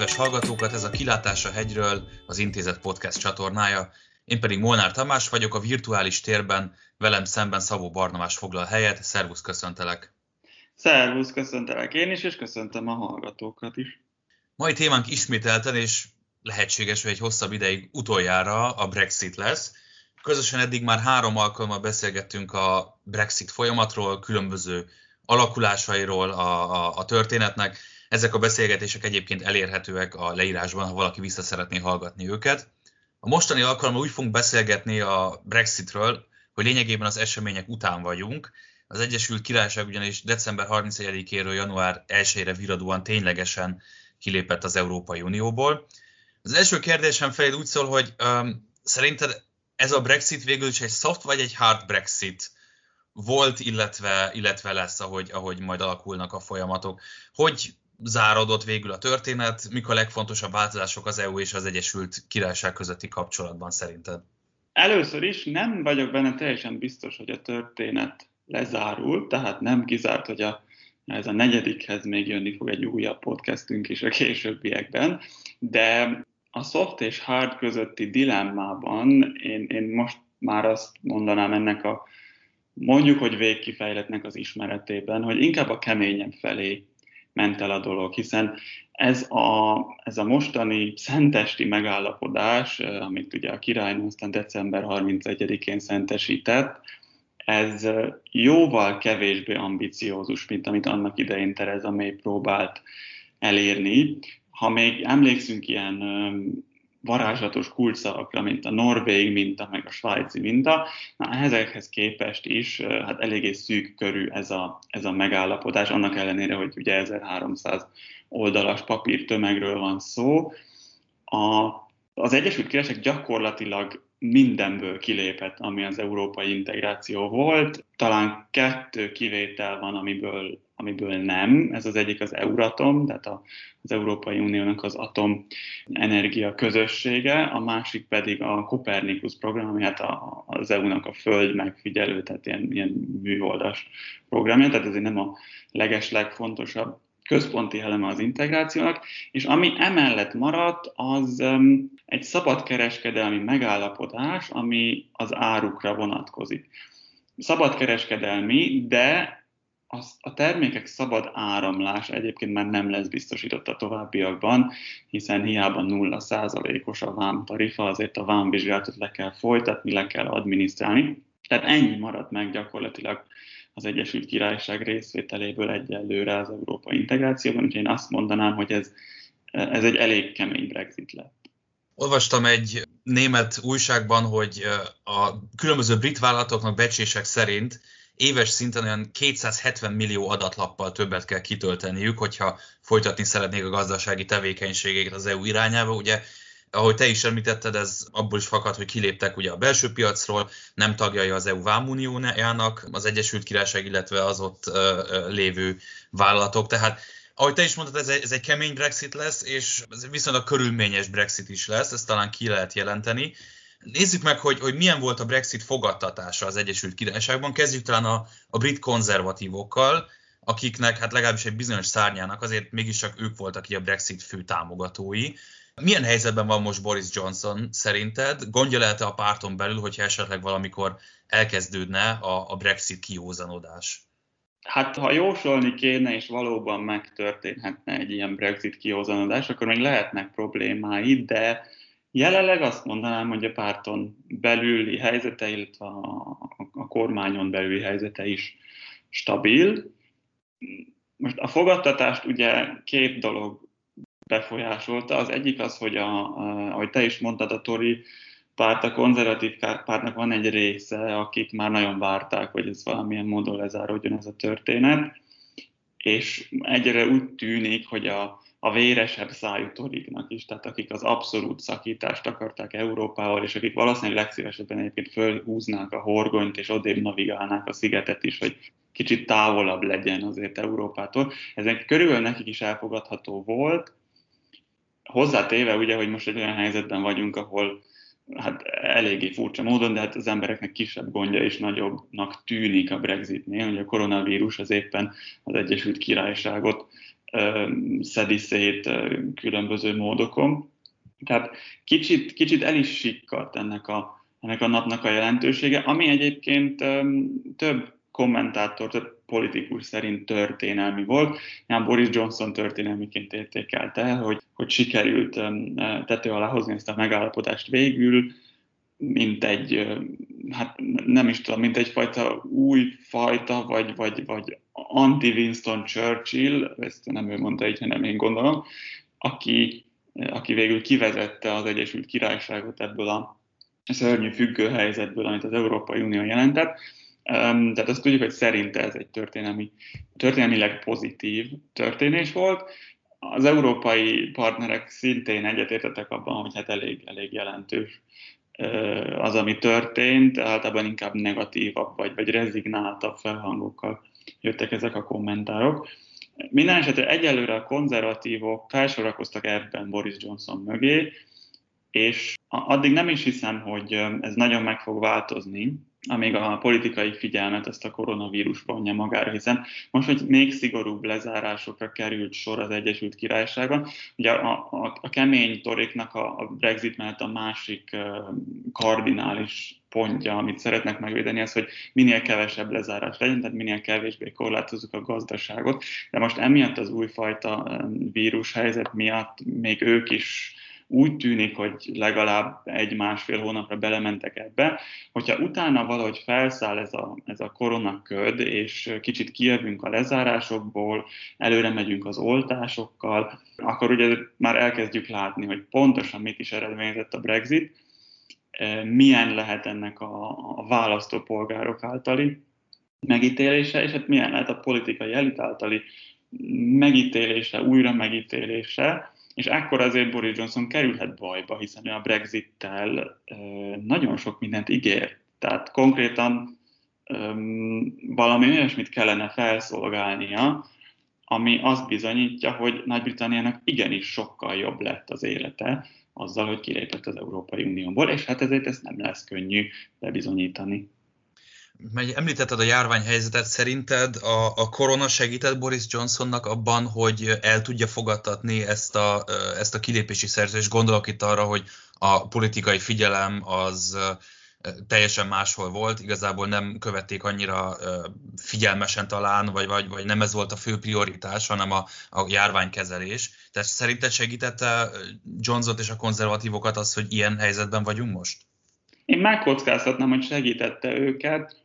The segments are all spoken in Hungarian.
kedves hallgatókat, ez a Kilátás a hegyről, az Intézet Podcast csatornája. Én pedig Molnár Tamás vagyok, a virtuális térben velem szemben Szabó Barnabás foglal helyet. Szervusz, köszöntelek! Szervusz, köszöntelek én is, és köszöntöm a hallgatókat is. Mai témánk ismételten, és lehetséges, hogy egy hosszabb ideig utoljára a Brexit lesz. Közösen eddig már 3 alkalommal beszélgettünk a Brexit folyamatról, különböző alakulásairól a történetnek. Ezek a beszélgetések egyébként elérhetőek a leírásban, ha valaki vissza szeretné hallgatni őket. A mostani alkalommal úgy fogunk beszélgetni a Brexitről, hogy lényegében az események után vagyunk. Az Egyesült Királyság ugyanis december 31-éről január 1-ére viradóan ténylegesen kilépett az Európai Unióból. Az első kérdésem feléd úgy szól, hogy szerinted ez a Brexit végül is egy soft vagy egy hard Brexit volt, illetve lesz, ahogy majd alakulnak a folyamatok? Hogy záródott végül a történet? Mik a legfontosabb változások az EU és az Egyesült Királyság közötti kapcsolatban szerinted? Először is nem vagyok benne teljesen biztos, hogy a történet lezárul, tehát nem kizárt, hogy ez a 4. még jönni fog egy újabb podcastünk is a későbbiekben, de a soft és hard közötti dilemmában én most már azt mondanám ennek mondjuk, hogy végkifejletnek az ismeretében, hogy inkább a keményebb felé ment el a dolog, hiszen ez a mostani szentesti megállapodás, amit ugye a királynő aztán december 31-én szentesített, ez jóval kevésbé ambiciózus, mint amit annak idején Theresa May próbált elérni. Ha még emlékszünk ilyen varázslatos kulcsszavakra, mint a norvég minta, meg a svájci minta, ezekhez képest is hát eléggé szűk körű ez a megállapodás, annak ellenére, hogy ugye 1300 oldalas papírtömegről van szó. Az Egyesült Királyság gyakorlatilag mindenből kilépett, ami az európai integráció volt. Talán 2 kivétel van, amiből nem. Ez az egyik az Euratom, tehát az Európai Uniónak az atomenergia közössége, a másik pedig a Copernicus program, ami hát az EU-nak a föld megfigyelő, tehát ilyen műholdas programja, tehát ez nem a legfontosabb központi eleme az integrációnak, és ami emellett maradt, az egy szabadkereskedelmi megállapodás, ami az árukra vonatkozik. Szabadkereskedelmi, de a termékek szabad áramlás egyébként már nem lesz biztosított a továbbiakban, hiszen hiába 0%-os a vámtarifa, azért a vámvizsgálatot le kell folytatni, le kell adminisztrálni. Tehát ennyi maradt meg gyakorlatilag az Egyesült Királyság részvételéből egyelőre az európai integrációban, úgyhogy én azt mondanám, hogy ez egy elég kemény Brexit lett. Olvastam egy német újságban, hogy a különböző brit vállalatoknak becslések szerint éves szinten olyan 270 millió adaklappal többet kell kitölteniük, hogyha folytatni szeretnék a gazdasági tevékenységeket az EU irányába. Ugye, ahogy te is említetted, ez abból is fakad, hogy kiléptek ugye a belső piacról, nem tagjai az EU vámuniójának, az Egyesült Királyság, illetve az ott lévő vállalatok. Tehát, ahogy te is mondtad, ez egy kemény Brexit lesz, és viszonylag körülményes Brexit is lesz, ezt talán ki lehet jelenteni. Nézzük meg, hogy milyen volt a Brexit fogadtatása az Egyesült Királyságban. Kezdjük talán a brit konzervatívokkal, akiknek hát legalábbis egy bizonyos szárnyának azért mégiscsak ők voltak a Brexit fő támogatói. Milyen helyzetben van most Boris Johnson szerinted? Gondja lehet-e a párton belül, hogyha esetleg valamikor elkezdődne a Brexit kiózanodás? Hát ha jósolni kéne, és valóban megtörténhetne egy ilyen Brexit kiózanodás, akkor még lehetnek problémái, de jelenleg azt mondanám, hogy a párton belüli helyzete, illetve a kormányon belüli helyzete is stabil. Most a fogadtatást ugye 2 dolog befolyásolta. Az egyik az, hogy ahogy te is mondtad, a Tory párt, a konzervatív pártnak van egy része, akik már nagyon várták, hogy ez valamilyen módon lezáródjon ez a történet, és egyre úgy tűnik, hogy a véresebb szájú Toriknak is, tehát akik az abszolút szakítást akarták Európával, és akik valószínűleg legszívesebben egyébként fölhúznák a horgonyt, és odébb navigálnák a szigetet is, hogy kicsit távolabb legyen azért Európától. Ez körülbelül nekik is elfogadható volt. Hozzátéve ugye, hogy most egy olyan helyzetben vagyunk, ahol hát eléggé furcsa módon, de hát az embereknek kisebb gondja és nagyobbnak tűnik a Brexitnél, hogy a koronavírus az éppen az Egyesült Királyságot szedi szét különböző módokon. Tehát kicsit el is sikkadt ennek a napnak a jelentősége, ami egyébként több kommentátor, több politikus szerint történelmi volt. Boris Johnson történelmiként értékelte, hogy sikerült tető alá hozni ezt a megállapodást végül, mint egy, hát nem is tudom, mint egyfajta új fajta, vagy anti-Winston Churchill, ezt nem ő mondta így, hanem én gondolom, aki végül kivezette az Egyesült Királyságot ebből a szörnyű függő helyzetből, amit az Európai Unió jelentett. Tehát azt tudjuk, hogy szerinte ez egy történelmileg pozitív történés volt. Az európai partnerek szintén egyetértettek abban, hogy hát elég jelentős az, ami történt, általában inkább negatívabb vagy rezignáltabb felhangokkal jöttek ezek a kommentárok. Minden esetre egyelőre a konzervatívok felsorakoztak ebben Boris Johnson mögé, és addig nem is hiszem, hogy ez nagyon meg fog változni, amíg a politikai figyelmet ezt a koronavírus vonja magára, hiszen most, hogy még szigorúbb lezárásokra került sor az Egyesült Királyságban, ugye a kemény toriknak a Brexit mellett a másik kardinális pontja, amit szeretnek megvédeni, az, hogy minél kevesebb lezárás legyen, tehát minél kevésbé korlátozzuk a gazdaságot, de most emiatt az újfajta vírushelyzet miatt még ők is úgy tűnik, hogy legalább 1-1,5 hónapra belementek ebbe, hogyha utána valahogy felszáll ez a koronaköd, és kicsit kijövünk a lezárásokból, előre megyünk az oltásokkal, akkor ugye már elkezdjük látni, hogy pontosan mit is eredményezett a Brexit, milyen lehet ennek a választópolgárok általi megítélése, és hát milyen lehet a politikai elit általi megítélése, újra megítélése, és ekkor azért Boris Johnson kerülhet bajba, hiszen a Brexittel nagyon sok mindent ígér. Tehát konkrétan valami olyasmit kellene felszolgálnia, ami azt bizonyítja, hogy Nagy-Britanniának igenis sokkal jobb lett az élete azzal, hogy kilépett az Európai Unióból, és hát ezért ezt nem lesz könnyű bebizonyítani. Említetted a járványhelyzetet, szerinted a korona segített Boris Johnsonnak abban, hogy el tudja fogadtatni ezt a kilépési szerződést? Gondolok itt arra, hogy a politikai figyelem az teljesen máshol volt, igazából nem követték annyira figyelmesen talán, vagy nem ez volt a fő prioritás, hanem a járványkezelés. Tehát szerinted segítette Johnsont és a konzervatívokat az, hogy ilyen helyzetben vagyunk most? Én megkockáztatnám, hogy segítette őket.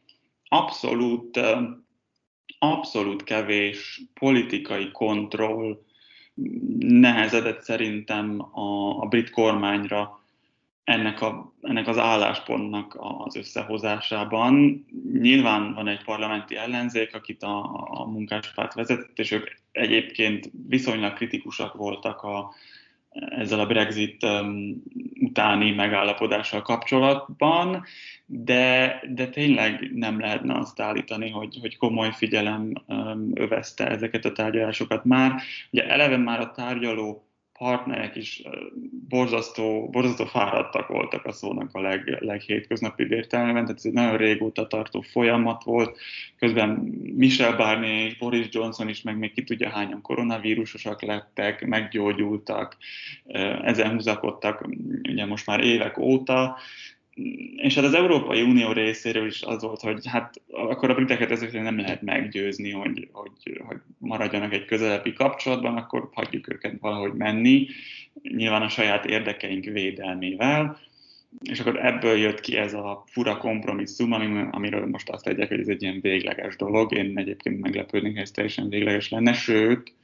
Abszolút kevés politikai kontroll nehezedett szerintem a brit kormányra ennek az álláspontnak az összehozásában. Nyilván van egy parlamenti ellenzék, akit a munkáspárt vezetett, és ők egyébként viszonylag kritikusak voltak ezzel a Brexit utáni megállapodással kapcsolatban, de tényleg nem lehetne azt állítani, hogy komoly figyelem övezte ezeket a tárgyalásokat már. Ugye eleve már a tárgyaló partnerek is borzasztó fáradtak voltak a szónak a leghétköznapibb értelemben, tehát ez egy nagyon régóta tartó folyamat volt. Közben Michel Barnier és Boris Johnson is, meg még ki tudja hányan koronavírusosak lettek, meggyógyultak, ezen húzakodtak ugye most már évek óta, és hát az Európai Unió részéről is az volt, hogy hát akkor a briteket ezekre nem lehet meggyőzni, hogy maradjanak egy közelebbi kapcsolatban, akkor hagyjuk őket valahogy menni, nyilván a saját érdekeink védelmével, és akkor ebből jött ki ez a fura kompromisszum, amiről most azt adják, hogy ez egy ilyen végleges dolog. Én egyébként meglepődnék, ha ez teljesen végleges lenne, sőt,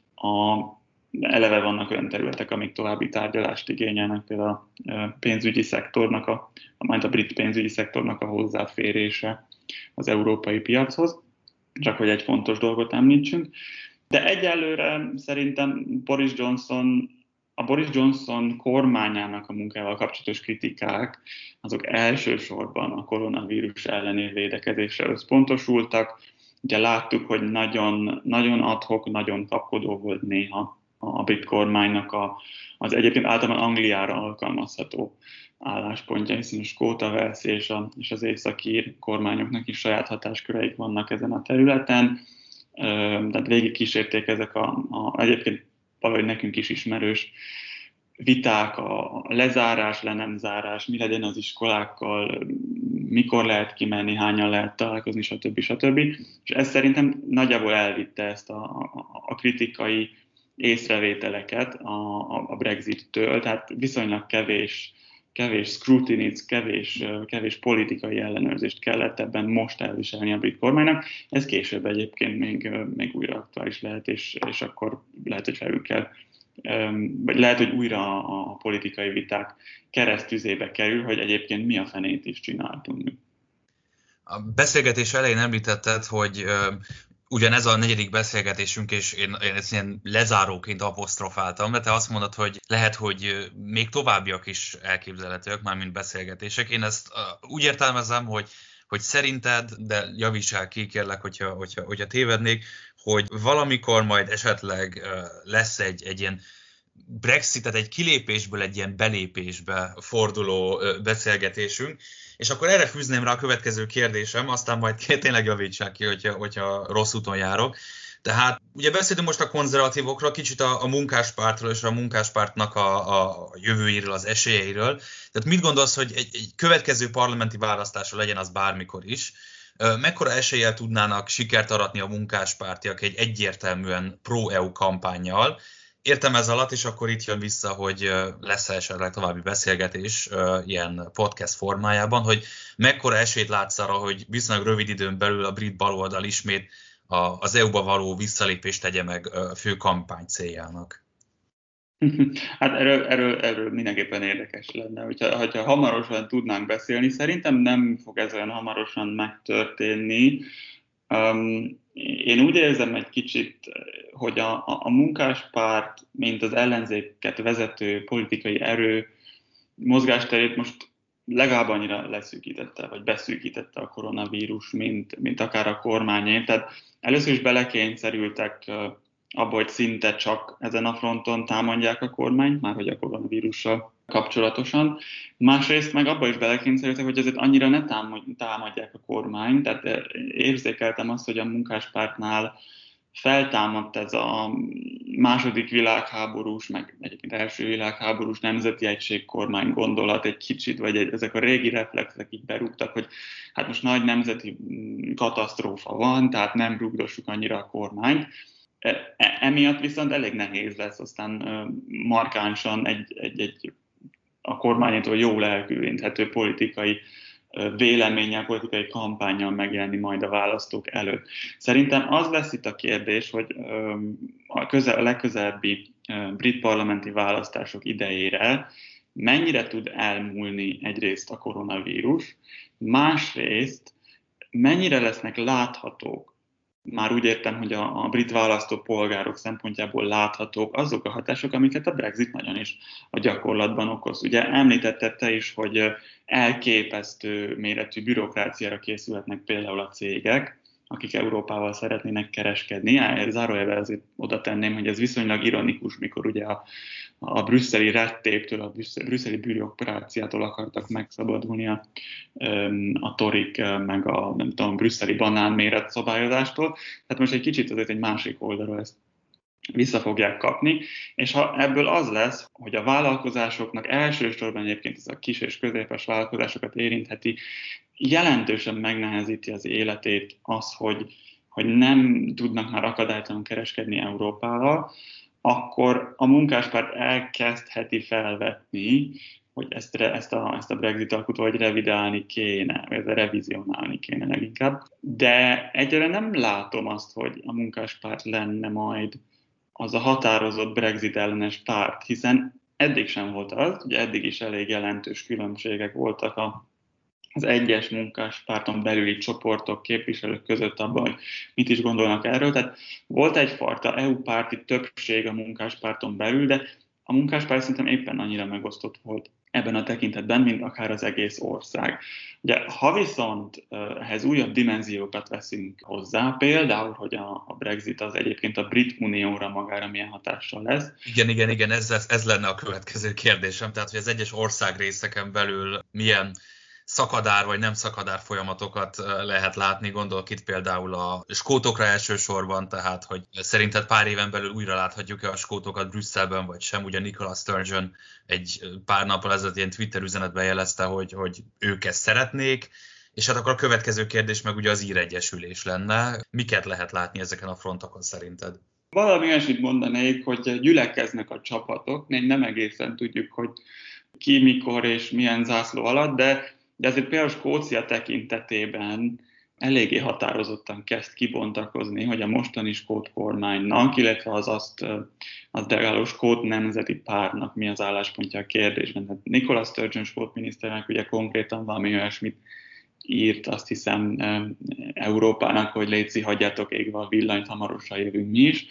eleve vannak olyan területek, amik további tárgyalást igényelnek, például a pénzügyi szektornak, a brit pénzügyi szektornak a hozzáférése az európai piachoz, csak hogy egy fontos dolgot említsünk. De egyelőre szerintem a Boris Johnson kormányának a munkával kapcsolatos kritikák, azok elsősorban a koronavírus elleni védekezésre összpontosultak. Ugye láttuk, hogy nagyon, nagyon ad-hoc, nagyon kapkodó volt néha a brit kormánynak az egyébként általában Angliára alkalmazható álláspontja, hiszen a Skóta, Wales és az északír kormányoknak is saját hatásköreik vannak ezen a területen. tehát végig kísérték ezek egyébként valahogy nekünk is ismerős viták, a lezárás, le nem zárás, mi legyen az iskolákkal, mikor lehet kimenni, hányan lehet találkozni, stb. És ez szerintem nagyjából elvitte ezt a kritikai észrevételeket a Brexit-től, tehát viszonylag kevés scrutiny, kevés politikai ellenőrzést kellett ebben most elviselni a brit kormánynak. Ez később egyébként még újra aktuális lehet, és akkor lehet, hogy felül kell, vagy lehet, hogy újra a politikai viták keresztüzébe kerül, hogy egyébként mi a fenét is csináltunk. A beszélgetés elején említetted, hogy ugyanez a negyedik beszélgetésünk, és én ezt ilyen lezáróként apostrofáltam, de te azt mondod, hogy lehet, hogy még továbbiak is elképzelhetőek, mármint beszélgetések. Én ezt úgy értelmezem, hogy szerinted, de javítsál ki, kérlek, hogyha tévednék, hogy valamikor majd esetleg lesz egy ilyen Brexitet, egy kilépésből egy ilyen belépésbe forduló beszélgetésünk, és akkor erre fűzném rá a következő kérdésem, aztán majd tényleg javítsák ki, hogyha rossz úton járok. Tehát ugye beszélünk most a konzervatívokról, kicsit a munkáspártról és a munkáspártnak a jövőjéről, az esélyeiről. Tehát mit gondolsz, hogy egy következő parlamenti választásra legyen az bármikor is, mekkora eséllyel tudnának sikert aratni a munkáspártiak egy egyértelműen pro-EU kampánnyal? Értem ez alatt, és akkor itt jön vissza, hogy lesz esetleg további beszélgetés ilyen podcast formájában, hogy mekkora esélyt látsz arra, hogy viszonylag rövid időn belül a brit baloldal ismét az EU-ba való visszalépést tegye meg fő kampány céljának. Hát erről mindenképpen érdekes lenne, hogyha hamarosan tudnánk beszélni. Szerintem nem fog ez olyan hamarosan megtörténni. Én úgy érzem egy kicsit, hogy a munkáspárt, mint az ellenzéket vezető politikai erő mozgásterét most legalább annyira leszűkítette, vagy beszűkítette a koronavírus, mint akár a kormányé. Tehát először is belekényszerültek abba, hogy szinte csak ezen a fronton támadják a kormányt, már hogy a koronavírussal kapcsolatosan. Másrészt meg abba is belekényszerültek, hogy azért annyira ne támadják a kormányt, tehát érzékeltem azt, hogy a munkáspártnál feltámadt ez a második világháborús, meg egyébként első világháborús nemzeti egységkormány gondolat egy kicsit, vagy ezek a régi reflexek így berúgtak, hogy hát most nagy nemzeti katasztrófa van, tehát nem rúgdossuk annyira a kormányt. Emiatt viszont elég nehéz lesz aztán markánsan egy a kormánytól jó lelkű érinthető politikai véleménnyel, politikai kampánnyal megjelenni majd a választók előtt. Szerintem az lesz itt a kérdés, hogy a legközelebbi brit parlamenti választások idejére mennyire tud elmúlni egyrészt a koronavírus, másrészt mennyire lesznek láthatók, már úgy értem, hogy a brit választópolgárok szempontjából láthatók azok a hatások, amiket a Brexit nagyon is a gyakorlatban okoz. Ugye említetted te is, hogy elképesztő méretű bürokráciára készülhetnek például a cégek, akik Európával szeretnének kereskedni. Zárójelben azért oda tenném, hogy ez viszonylag ironikus, mikor ugye a brüsszeli redtéptől, a brüsszeli bürokráciától akartak megszabadulni a torik, meg a nem tudom, brüsszeli banánméret szabályozástól. Tehát most egy kicsit azért egy másik oldalról ezt vissza fogják kapni, és ha ebből az lesz, hogy a vállalkozásoknak elsősorban egyébként ez a kis és középes vállalkozásokat érintheti, jelentősen megnehezíti az életét az, hogy nem tudnak már akadálytalanul kereskedni Európával, akkor a munkáspárt elkezdheti felvetni, hogy ezt a Brexit alkut vagy revidálni kéne, vagy revizionálni kéne leginkább. De egyre nem látom azt, hogy a munkáspárt lenne majd az a határozott Brexit ellenes párt, hiszen eddig sem volt az, ugye eddig is elég jelentős különbségek voltak az egyes munkáspárton belüli csoportok, képviselők között abban, hogy mit is gondolnak erről. Tehát volt egyfajta EU-párti többség a munkáspárton belül, de a munkáspárt szerintem éppen annyira megosztott volt ebben a tekintetben, mint akár az egész ország. Ugye, ha viszont ehhez újabb dimenziókat veszünk hozzá, például, hogy a Brexit az egyébként a Brit Unióra magára milyen hatással lesz. Igen, ez lenne a következő kérdésem, tehát hogy az egyes országrészeken belül milyen szakadár vagy nem szakadár folyamatokat lehet látni. Gondolok itt például a skótokra elsősorban, tehát hogy szerinted pár éven belül újra láthatjuk-e a skótokat Brüsszelben, vagy sem. Ugye Nicola Sturgeon egy pár nappal ezelőtt ilyen Twitter üzenetben jelezte, hogy ők ezt szeretnék. És hát akkor a következő kérdés meg ugye az ír egyesülés lenne. Miket lehet látni ezeken a frontokon szerinted? Valami olyasmit mondanék, hogy gyülekeznek a csapatok, még nem egészen tudjuk, hogy ki, mikor és milyen zászló alatt, de azért például Skócia tekintetében eléggé határozottan kezd kibontakozni, hogy a mostani skót kormánynak, illetve az azt delegáló skót nemzeti pártnak mi az álláspontja a kérdésben. Tehát Nicola Sturgeon skót miniszternek ugye konkrétan valami olyasmit írt, azt hiszem Európának, hogy létszi, hagyjátok égve a villanyt, hamarosan jövünk mi is.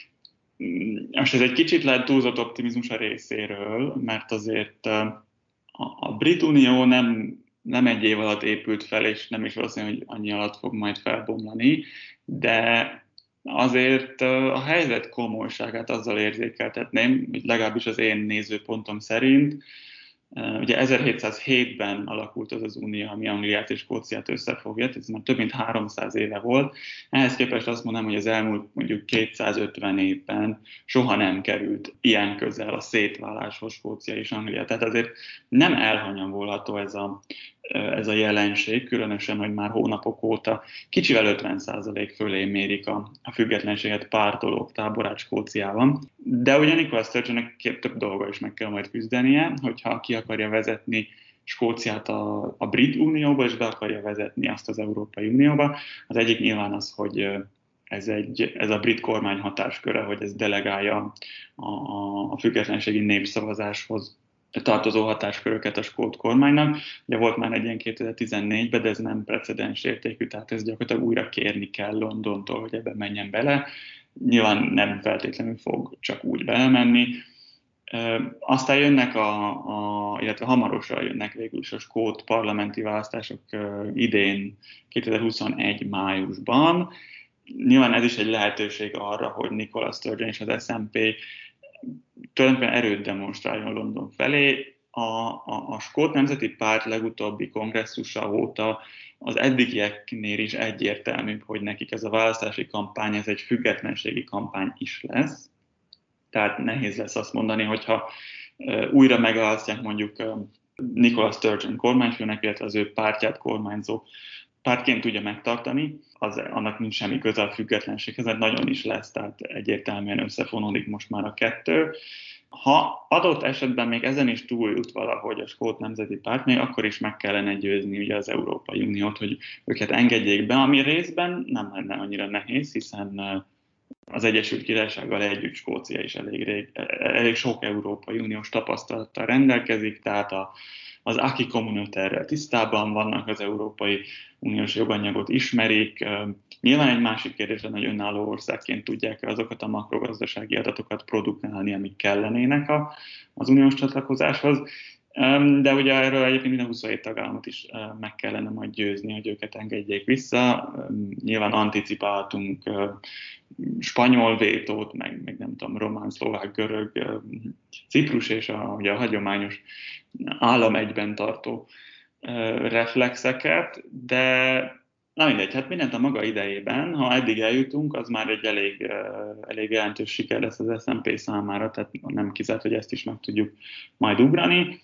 Most ez egy kicsit lehet túlzott optimizmus a részéről, mert azért a Brit Unió nem egy év alatt épült fel, és nem is valószínű, hogy annyi alatt fog majd felbomlani, de azért a helyzet komolyságát azzal érzékeltetném, hogy legalábbis az én nézőpontom szerint, ugye 1707-ben alakult az unió, ami Angliát és Skóciát összefogja, ez már több mint 300 éve volt. Ehhez képest azt mondanám, hogy az elmúlt mondjuk 250 évben soha nem került ilyen közel a szétváláshoz Skócia és Anglia. Tehát azért nem elhanyagolható ez a jelenség, különösen, hogy már hónapok óta kicsivel 50% fölé mérik a függetlenséget pártolók táborát Skóciában. De ugye Nicola Sturgeonnek több dolga is meg kell majd küzdenie, hogyha ki akarja vezetni Skóciát a Brit Unióba, és be akarja vezetni azt az Európai Unióba. Az egyik nyilván az, hogy ez a brit kormány hatásköre, hogy ez delegálja a függetlenségi népszavazáshoz tartozó hatásköröket a skót kormánynak. Ugye volt már egy ilyen 2014-ben, de ez nem precedens értékű, tehát ez gyakorlatilag újra kérni kell Londontól, hogy ebben menjen bele. Nyilván nem feltétlenül fog csak úgy belemenni. Aztán jönnek illetve hamarosan jönnek végül is a skót parlamenti választások idén, 2021 májusban. Nyilván ez is egy lehetőség arra, hogy Nicola Sturgeon és az SNP tulajdonképpen erőt demonstráljon London felé. A skót nemzeti párt legutóbbi kongresszusa óta az eddigieknél is egyértelmű, hogy nekik ez a választási kampány, ez egy függetlenségi kampány is lesz. Tehát nehéz lesz azt mondani, hogyha újra megválasztják mondjuk Nicola Sturgeon kormányfőnek, illetve az ő pártját kormányzó pártként tudja megtartani, annak nincs semmi köze a függetlenséghez, ez nagyon is lesz, tehát egyértelműen összefonódik most már a kettő. Ha adott esetben még ezen is túljut valahogy a skót nemzeti párt, még akkor is meg kellene győzni ugye az Európai Uniót, hogy őket engedjék be, ami részben nem lenne annyira nehéz, hiszen az Egyesült Királysággal együtt Skócia is elég sok Európai Uniós tapasztalattal rendelkezik, tehát az acquis communautaire-rel tisztában vannak, az Európai Uniós joganyagot ismerik. Nyilván egy másik kérdés lenne, hogy önálló országként tudják-e azokat a makrogazdasági adatokat produkálni, amik kellenének az uniós csatlakozáshoz. De ugye erről egyébként minden 27 tagállamot is meg kellene majd győzni, hogy őket engedjék vissza. Nyilván anticipáltunk spanyol vétót, meg nem tudom, román, szlovák, görög, Ciprus és ugye a hagyományos állam egyben tartó reflexeket, de na mindegy, hát mindent a maga idejében, ha eddig eljutunk, az már egy elég jelentős siker lesz az SNP számára, tehát nem kizárt, hogy ezt is meg tudjuk majd ugrani.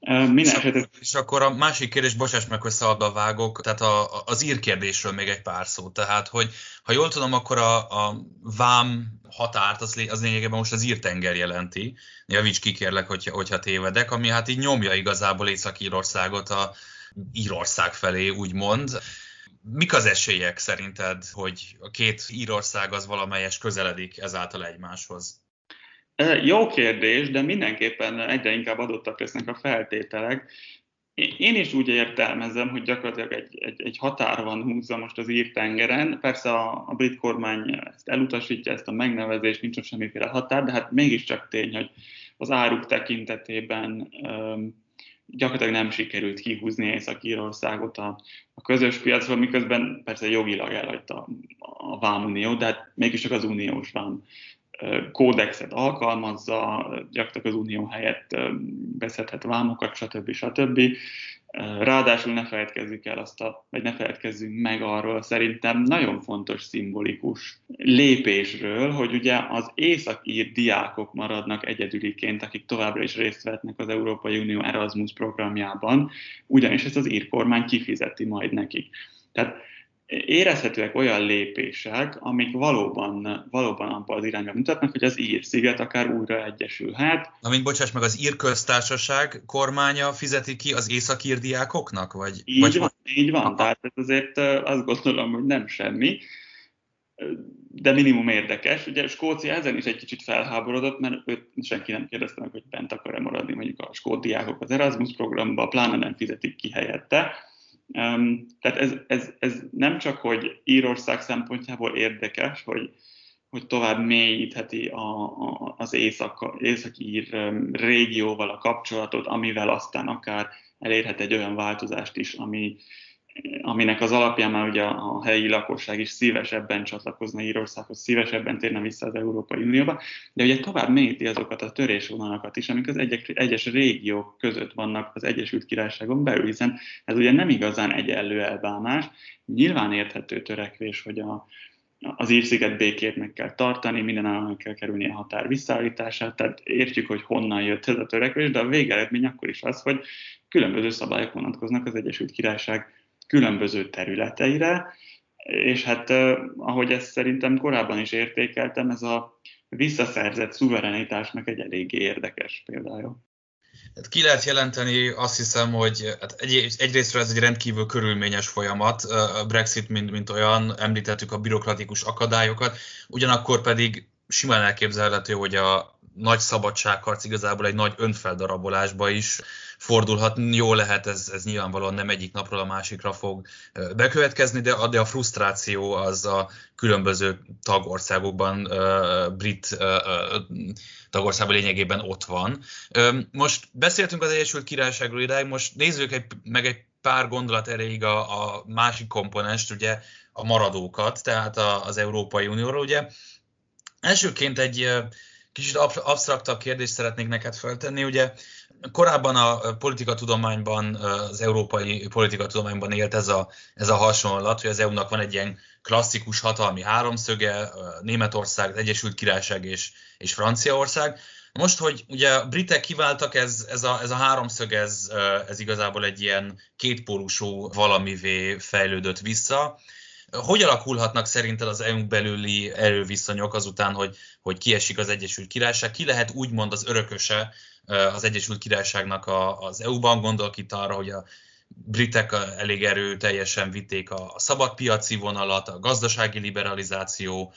És akkor a másik kérdés, bocsáss meg, hogy szabadba vágok, tehát az ír kérdésről még egy pár szó. Tehát, hogy ha jól tudom, akkor a vám határt az lényegében most az ír-tenger jelenti. Javíts ki kérlek, hogyha tévedek, ami hát így nyomja igazából Észak-Írországot a Írország felé, úgymond. Mik az esélyek szerinted, hogy a két Írország az valamelyes közeledik ezáltal egymáshoz? Jó kérdés, de mindenképpen egyre inkább adottak lesznek a feltételek. Én is úgy értelmezem, hogy gyakorlatilag egy határ van húzva most az ír-tengeren. Persze a brit kormány ezt elutasítja, ezt a megnevezést, nincs semmiféle határ, de hát mégiscsak tény, hogy az áruk tekintetében gyakorlatilag nem sikerült kihúzni Észak-Írországot a közös piacról, miközben persze jogilag elhagyta a vámunió, de hát mégiscsak az uniós vám kódexet alkalmazza, gyakorlatilag az unió helyett beszedhet vámokat, stb. Ráadásul ne feledkezzük el vagy ne feledkezzünk meg arról szerintem nagyon fontos szimbolikus lépésről, hogy ugye az északír diákok maradnak egyedüliként, akik továbbra is részt vehetnek az Európai Unió Erasmus programjában, ugyanis ezt az ír kormány kifizeti majd nekik. Tehát érezhetőek olyan lépések, amik valóban abban az irányba mutatnak, hogy az ír-sziget akár újra egyesülhet. Amint bocsáss meg, az ír köztársaság kormánya fizeti ki az északír diákoknak? Így van. Tehát ez azért azt gondolom, hogy nem semmi, de minimum érdekes. Ugye Skócia ezen is egy kicsit felháborodott, mert őt senki nem kérdezte meg, hogy bent akar-e maradni mondjuk a skót diákok az Erasmus programba, pláne nem fizetik ki helyette. Tehát ez nem csak, hogy Írország szempontjából érdekes, hogy tovább mélyítheti az északír régióval a kapcsolatot, amivel aztán akár elérhet egy olyan változást is, aminek az alapján már ugye a helyi lakosság is szívesebben csatlakozna Írországhoz, szívesebben térne vissza az Európai Unióba, de ugye tovább mélyíti azokat a törésvonalakat is, amik az egyes régiók között vannak az Egyesült Királyságon belül, hiszen ez ugye nem igazán egyenlő elbánás, nyilván érthető törekvés, hogy az ír-sziget békét meg kell tartani, minden államnak kell kerülni a határ visszaállítását, tehát értjük, hogy honnan jött ez a törekvés, de a végeredmény akkor is az, hogy különböző szabályok vonatkoznak az Egyesült Királyság különböző területeire, és hát ahogy ezt szerintem korábban is értékeltem, ez a visszaszerzett szuverenitásnak egy eléggé érdekes példája. Ki lehet jelenteni, azt hiszem, hogy egyrésztről ez egy rendkívül körülményes folyamat, a Brexit mint olyan, említettük a bürokratikus akadályokat, ugyanakkor pedig simán elképzelhető, hogy a nagy szabadságharc igazából egy nagy önfeldarabolásba is fordulhat. Jó lehet, ez nyilvánvalóan nem egyik napról a másikra fog bekövetkezni, de a frusztráció az a különböző tagországokban, brit tagországban lényegében ott van. Most beszéltünk az Egyesült Királyságról idáig, most nézzük meg egy pár gondolat erejéig a másik komponenst, ugye a maradókat, tehát az Európai Unióról. Ugye elsőként egy kicsit absztraktabb kérdést szeretnék neked feltenni. Ugye korábban a politikatudományban, az európai politikatudományban élt ez a hasonlat, hogy az EU-nak van egy ilyen klasszikus hatalmi háromszöge, Németország, az Egyesült Királyság és Franciaország. Most, hogy ugye a britek kiváltak, ez a háromszög, ez igazából egy ilyen kétpólusú valamivé fejlődött vissza. Hogy alakulhatnak szerinted az EU belüli erőviszonyok azután, hogy kiesik az Egyesült Királyság? Ki lehet úgymond az örököse az Egyesült Királyságnak az EU-ban? Gondolok itt arra, hogy a britek elég erőteljesen vitték a szabadpiaci vonalat, a gazdasági liberalizáció,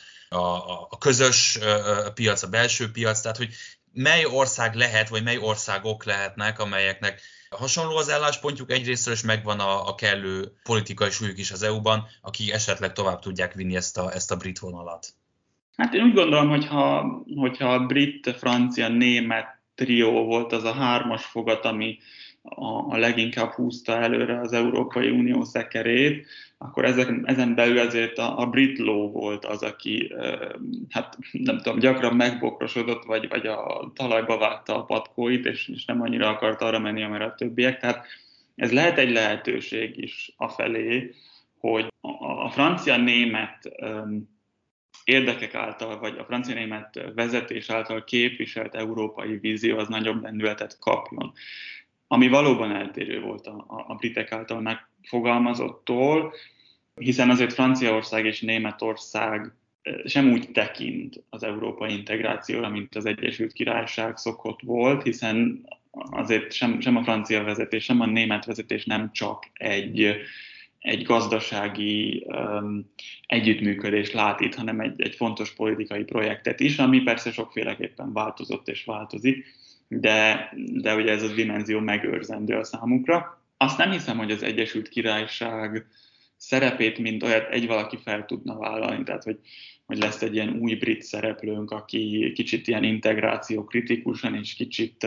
a közös piac, a belső piac, tehát hogy mely ország lehet, vagy mely országok lehetnek, amelyeknek hasonló az álláspontjuk egyrésztről, és megvan a kellő politikai súlyuk is az EU-ban, akik esetleg tovább tudják vinni ezt a brit vonalat. Hát én úgy gondolom, hogyha a brit, francia, német trió volt az a hármas fogat, ami a leginkább húzta előre az Európai Unió szekerét, akkor ezen belül ezért a brit ló volt az, aki hát nem tudom, gyakran megbokrosodott, vagy a talajba vágta a patkóit, és nem annyira akart arra menni, amire a többiek. Tehát ez lehet egy lehetőség is afelé, hogy a francia-német érdekek által, vagy a francia-német vezetés által képviselt európai vízió az nagyobb lendületet kapjon. Ami valóban eltérő volt a britek által megfogalmazottól, hiszen azért Franciaország és Németország sem úgy tekint az európai integrációra, mint az Egyesült Királyság szokott volt, hiszen azért sem a francia vezetés, sem a német vezetés nem csak egy gazdasági együttműködést lát itt, hanem egy fontos politikai projektet is, ami persze sokféleképpen változott és változik, de ugye ez a dimenzió megőrzendő a számukra. Azt nem hiszem, hogy az Egyesült Királyság szerepét, mint olyat egy valaki fel tudna vállalni, tehát hogy lesz egy ilyen új brit szereplőnk, aki kicsit ilyen integráció kritikusan, és kicsit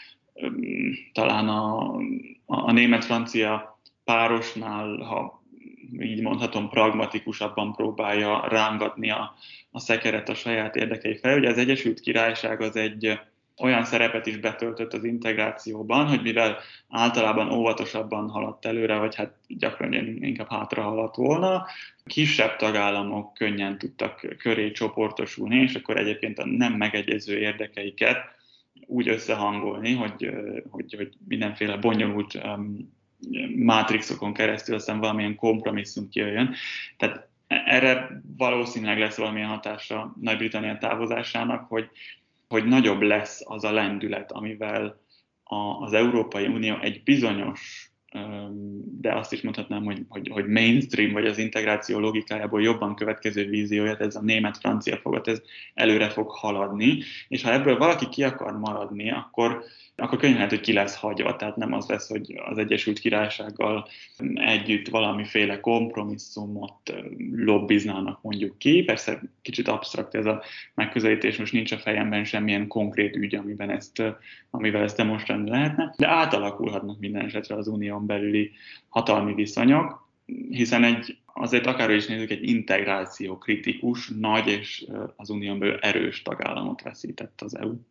talán a német-francia párosnál, ha így mondhatom, pragmatikusabban próbálja rángatni a szekeret a saját érdekei felé. Ugye az Egyesült Királyság az olyan szerepet is betöltött az integrációban, hogy mivel általában óvatosabban haladt előre, vagy hát gyakran inkább hátra haladt volna, kisebb tagállamok könnyen tudtak köré csoportosulni, és akkor egyébként a nem megegyező érdekeiket úgy összehangolni, hogy mindenféle bonyolult mátrixokon keresztül aztán valamilyen kompromisszum kijöjjön. Tehát erre valószínűleg lesz valamilyen hatása Nagy-Britannia távozásának, hogy nagyobb lesz az a lendület, amivel az Európai Unió egy bizonyos, de azt is mondhatnám, hogy mainstream, vagy az integráció logikájából jobban következő vízióját, ez a német-francia fogat, ez előre fog haladni, és ha ebből valaki ki akar maradni, akkor könnyen lehet, hogy ki lesz hagyva, tehát nem az lesz, hogy az Egyesült Királysággal együtt valamiféle kompromisszumot lobbiznának mondjuk ki. Persze kicsit absztrakt ez a megközelítés, most nincs a fejemben semmilyen konkrét ügy, amivel ezt demonstrálni lehetne, de átalakulhatnak minden esetre az unión belüli hatalmi viszonyok, hiszen azért akárhogy is nézzük, egy integráció kritikus, nagy és az unión belül erős tagállamot veszített az EU.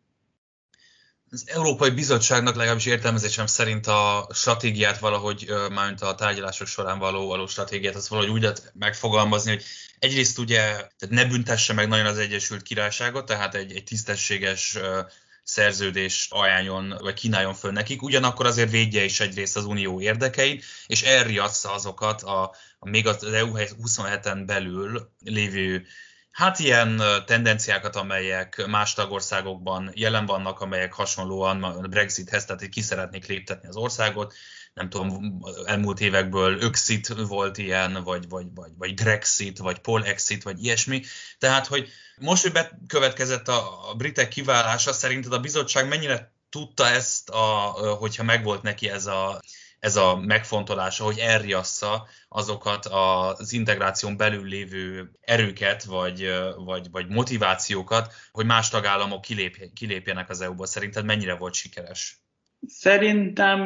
Az Európai Bizottságnak legalábbis értelmezésem szerint a stratégiát valahogy, mármint a tárgyalások során való stratégiát, azt valahogy úgy lehet megfogalmazni, hogy egyrészt ugye tehát ne büntesse meg nagyon az Egyesült Királyságot, tehát egy tisztességes szerződést ajánljon, vagy kínáljon föl nekik, ugyanakkor azért védje is egyrészt az unió érdekeit, és elriassza azokat még az EU 27-en belül lévő ilyen tendenciákat, amelyek más tagországokban jelen vannak, amelyek hasonlóan a Brexithez, tehát ki szeretnék léptetni az országot. Nem tudom, elmúlt évekből Öxit volt ilyen, vagy Grexit, vagy Polexit, vagy ilyesmi. Tehát, hogy most, hogy bekövetkezett a britek kiválása, szerinted a bizottság mennyire tudta ezt, hogyha megvolt neki ez a megfontolása, hogy elriassza azokat az integráción belül lévő erőket, vagy motivációkat, hogy más tagállamok kilépjenek az EU-ból. Szerinted mennyire volt sikeres? Szerintem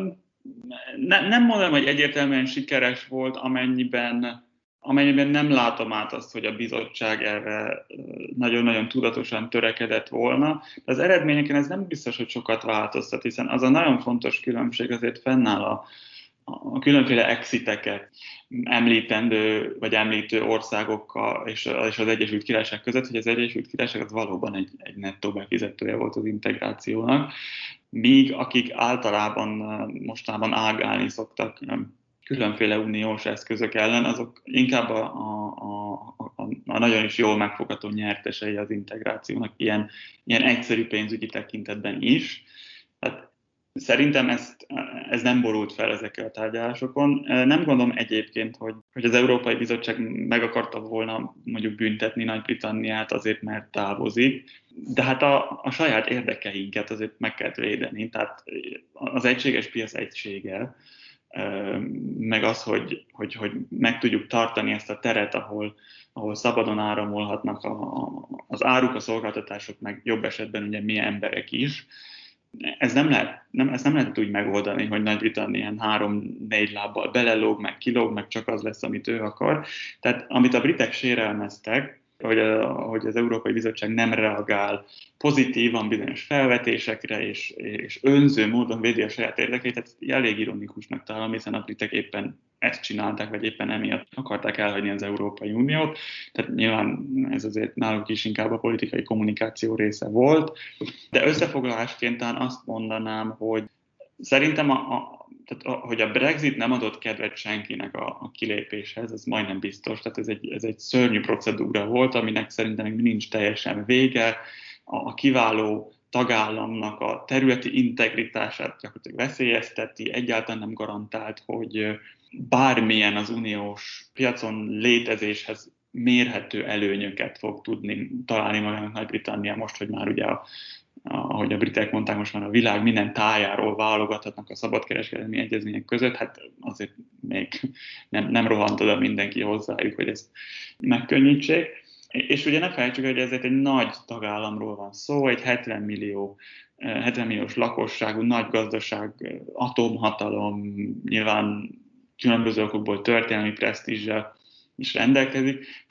nem mondom, hogy egyértelműen sikeres volt, amennyiben nem látom át azt, hogy a bizottság erre nagyon-nagyon tudatosan törekedett volna. De az eredményeken ez nem biztos, hogy sokat változtat, hiszen az a nagyon fontos különbség azért fennáll a különféle exiteket említendő vagy említő országokkal és az Egyesült Királyság között, hogy az Egyesült Királyság az valóban egy nettó befizetője volt az integrációnak, míg akik általában mostában ágálni szoktak különféle uniós eszközök ellen, azok inkább a nagyon is jól megfogható nyertesei az integrációnak, ilyen egyszerű pénzügyi tekintetben is. Tehát szerintem ez nem borult fel ezekkel a tárgyalásokon. Nem gondolom egyébként, hogy az Európai Bizottság meg akarta volna mondjuk büntetni Nagy-Britanniát azért, mert távozik, de hát a saját érdekeinket azért meg kell védeni. Tehát az egységes piac egysége, meg az, hogy meg tudjuk tartani ezt a teret, ahol szabadon áramolhatnak az áruk, a szolgáltatások, meg jobb esetben ugye mi emberek is. Ezt nem lehet úgy megoldani, hogy Nagy-Britannia 3-4 lábbal belelóg, meg kilóg, meg csak az lesz, amit ő akar. Tehát amit a britek sérelmeztek, hogy az Európai Bizottság nem reagál pozitívan bizonyos felvetésekre, és önző módon védi a saját érdekeit, tehát elég ironikusnak találom, hiszen a britek éppen ezt csinálták, vagy éppen emiatt akarták elhagyni az Európai Uniót. Tehát nyilván ez azért náluk is inkább a politikai kommunikáció része volt. De összefoglalásként talán azt mondanám, hogy szerintem hogy a Brexit nem adott kedvet senkinek a kilépéshez, ez majdnem biztos. Tehát ez egy szörnyű procedúra volt, aminek szerintem még nincs teljesen vége. A kiváló tagállamnak a területi integritását gyakorlatilag veszélyezteti, egyáltalán nem garantált, hogy bármilyen az uniós piacon létezéshez mérhető előnyöket fog tudni találni magának Nagy-Britannia most, hogy már ugye ahogy a britek mondták, most már a világ minden tájáról válogathatnak a szabadkereskedelmi egyezmények között, hát azért még nem rohant oda mindenki hozzájuk, hogy ezt megkönnyítsék. És ugye ne felejtsük, hogy ezért egy nagy tagállamról van szó, egy 70 milliós lakosságú, nagy gazdaság, atomhatalom, nyilván különböző okokból történelmi presztízsel is rendelkezik. Tehát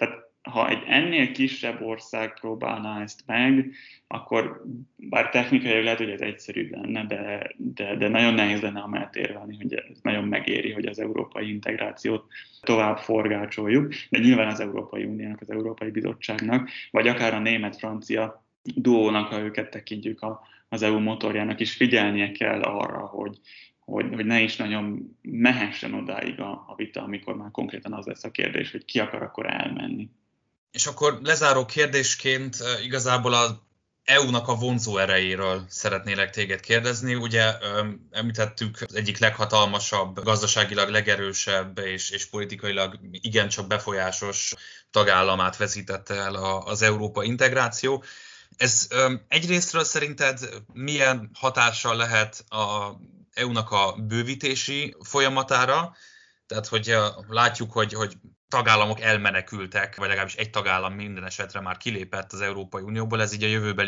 ha egy ennél kisebb ország próbálná ezt meg, akkor bár technikai lehet, hogy ez egyszerűbb lenne, de nagyon nehéz lenne amellett érvelni, hogy ez nagyon megéri, hogy az európai integrációt tovább forgácsoljuk, de nyilván az Európai Uniónak, az Európai Bizottságnak, vagy akár a német-francia duónak, ha őket tekintjük az EU motorjának is figyelnie kell arra, hogy ne is nagyon mehessen odáig a vita, amikor már konkrétan az lesz a kérdés, hogy ki akar akkor elmenni. És akkor lezáró kérdésként igazából az EU-nak a vonzó erejéről szeretnélek téged kérdezni. Ugye említettük, az egyik leghatalmasabb, gazdaságilag legerősebb és politikailag igencsak befolyásos tagállamát veszítette el az európai integráció. Ez egyrésztről szerinted milyen hatással lehet az EU-nak a bővítési folyamatára? Tehát, hogy látjuk, hogy tagállamok elmenekültek, vagy legalábbis egy tagállam minden esetre már kilépett az Európai Unióból, ez így a jövőbeli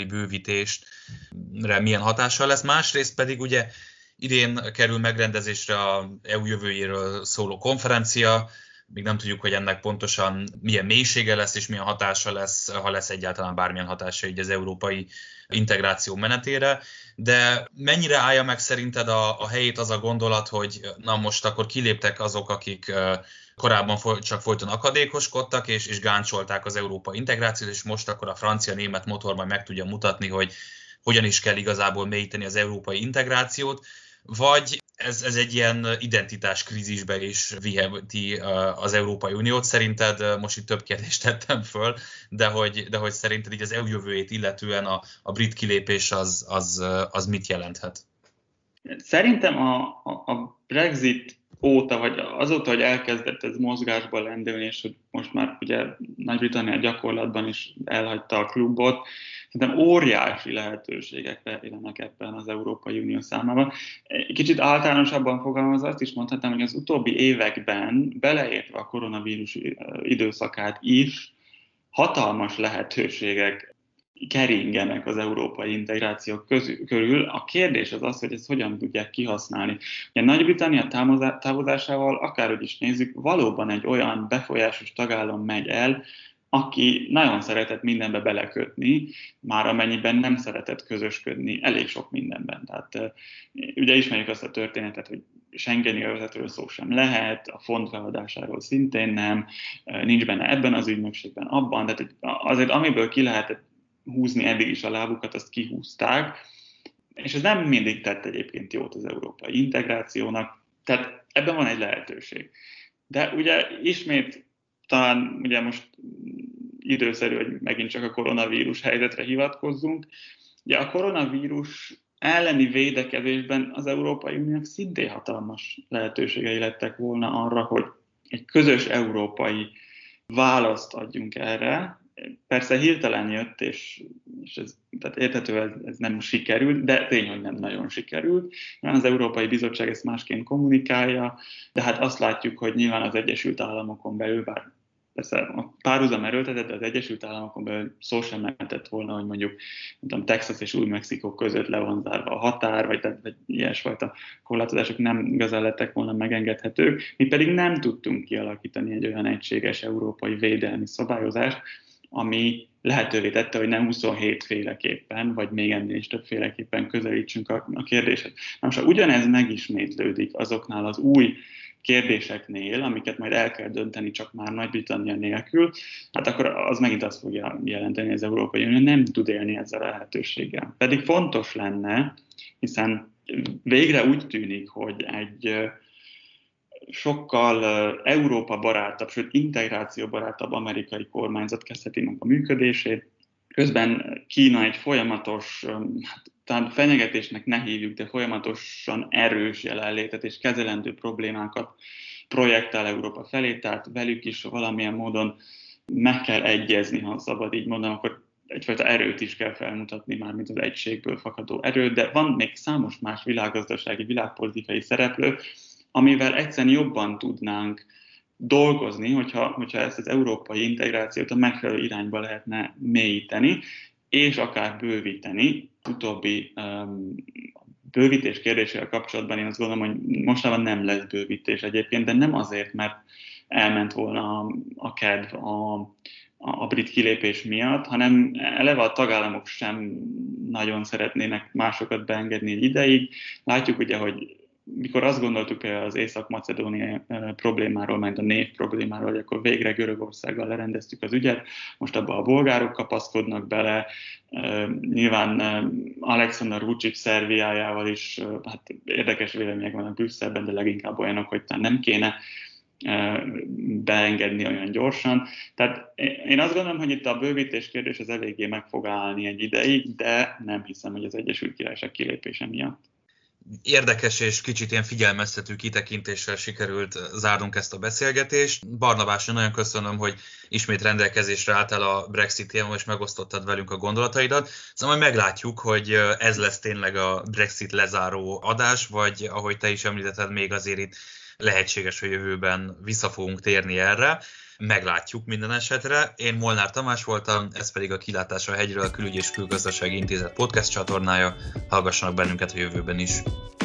bővítésre milyen hatással lesz. Másrészt pedig ugye idén kerül megrendezésre az EU jövőjéről szóló konferencia, még nem tudjuk, hogy ennek pontosan milyen mélysége lesz, és milyen hatása lesz, ha lesz egyáltalán bármilyen hatása így az európai integráció menetére. De mennyire állja meg szerinted a helyét az a gondolat, hogy na most akkor kiléptek azok, akik korábban csak folyton akadékoskodtak, és gáncsolták az európai integrációt, és most akkor a francia-német motor majd meg tudja mutatni, hogy hogyan is kell igazából mélyíteni az európai integrációt, vagy ez egy ilyen identitáskrízisbe is viheti az Európai Uniót. Szerinted, most itt több kérdést tettem föl, de hogy szerinted így az EU jövőjét illetően a brit kilépés az mit jelenthet? Szerintem a Brexit óta, vagy azóta, hogy elkezdett ez mozgásba lendülni, és hogy most már ugye Nagy-Britannia gyakorlatban is elhagyta a klubot, szerintem óriási lehetőségek rejlenek ebben az Európai Unió számában. Kicsit általánosabban fogalmazva azt is mondhatnám, hogy az utóbbi években, beleértve a koronavírus időszakát is, hatalmas lehetőségek keringenek az európai integráció körül. A kérdés az, hogy ezt hogyan tudják kihasználni. Ugye Nagy-Britannia távozásával, akárhogy is nézzük, valóban egy olyan befolyásos tagállam megy el, aki nagyon szeretett mindenbe belekötni, már amennyiben nem szeretett közösködni elég sok mindenben. Tehát ugye ismerjük azt a történetet, hogy Schengeni övezetről szó sem lehet, a font feladásáról szintén nem, nincs benne ebben az ügynökségben, abban, tehát azért amiből ki lehetett húzni eddig is a lábukat, azt kihúzták, és ez nem mindig tett egyébként jót az európai integrációnak, tehát ebben van egy lehetőség. De ugye ismét talán ugye most időszerű, hogy megint csak a koronavírus helyzetre hivatkozzunk. Ugye a koronavírus elleni védekezésben az Európai Uniónak szintén hatalmas lehetőségei lettek volna arra, hogy egy közös európai választ adjunk erre. Persze hirtelen jött, és ez, tehát érthető, ez nem sikerült, de tény, hogy nem nagyon sikerült. Az Európai Bizottság ezt másként kommunikálja, de hát azt látjuk, hogy nyilván az Egyesült Államokon belül, bár persze a párhuzam erőltetett, de az Egyesült Államokon belül szó sem lehetett volna, hogy mondjuk Texas és Új-Mexikó között le van zárva a határ, vagy ilyesfajta korlátozások nem igazán lettek volna megengedhetők. Mi pedig nem tudtunk kialakítani egy olyan egységes európai védelmi szabályozást, ami lehetővé tette, hogy nem 27 féleképpen, vagy még ennél is többféleképpen közelítsünk a kérdéshez. Na most, ha ugyanez megismétlődik azoknál az új kérdéseknél, amiket majd el kell dönteni csak már Nagy-Britannia nélkül, hát akkor az megint azt fogja jelenteni, hogy az Európai Unió nem tud élni ezzel a lehetőséggel. Pedig fontos lenne, hiszen végre úgy tűnik, hogy egy sokkal Európa barátabb, sőt integráció barátabb amerikai kormányzat kezdheti meg a működését. Közben Kína egy folyamatos, talán fenyegetésnek ne hívjuk, de folyamatosan erős jelenlétet és kezelendő problémákat projektál Európa felé, tehát velük is valamilyen módon meg kell egyezni, ha szabad így mondanom, akkor egyfajta erőt is kell felmutatni, már mint az egységből fakadó erőt, de van még számos más világgazdasági, világpolitikai szereplő, amivel egyszerűen jobban tudnánk dolgozni, hogyha ezt az európai integrációt a megfelelő irányba lehetne mélyíteni, és akár bővíteni. Utóbbi bővítés kérdésével kapcsolatban én azt gondolom, hogy mostanában nem lesz bővítés egyébként, de nem azért, mert elment volna a kedv a brit kilépés miatt, hanem eleve a tagállamok sem nagyon szeretnének másokat beengedni egy ideig. Látjuk ugye, hogy mikor azt gondoltuk az Észak-Macedónia problémáról, meg a név problémáról, hogy akkor végre Görögországgal lerendeztük az ügyet, most abban a bolgárok kapaszkodnak bele, nyilván Aleksandar Vučić Szerbiájával is hát érdekes vélemények vannak Brüsszelben, de leginkább olyanok, hogy nem kéne beengedni olyan gyorsan. Tehát én azt gondolom, hogy itt a bővítés kérdés az eléggé meg fog állni egy ideig, de nem hiszem, hogy az Egyesült Királyság kilépése miatt. Érdekes és kicsit ilyen figyelmeztető kitekintéssel sikerült zárnunk ezt a beszélgetést. Barnabás, nagyon köszönöm, hogy ismét rendelkezésre álltál a Brexit témában, és megosztottad velünk a gondolataidat. Szóval majd meglátjuk, hogy ez lesz tényleg a Brexit lezáró adás, vagy ahogy te is említetted, még azért itt lehetséges, hogy jövőben vissza fogunk térni erre. Meglátjuk minden esetre. Én Molnár Tamás voltam, ez pedig a Kilátás a hegyről, a Külügy és Külgazdasági Intézet podcast csatornája. Hallgassanak bennünket a jövőben is.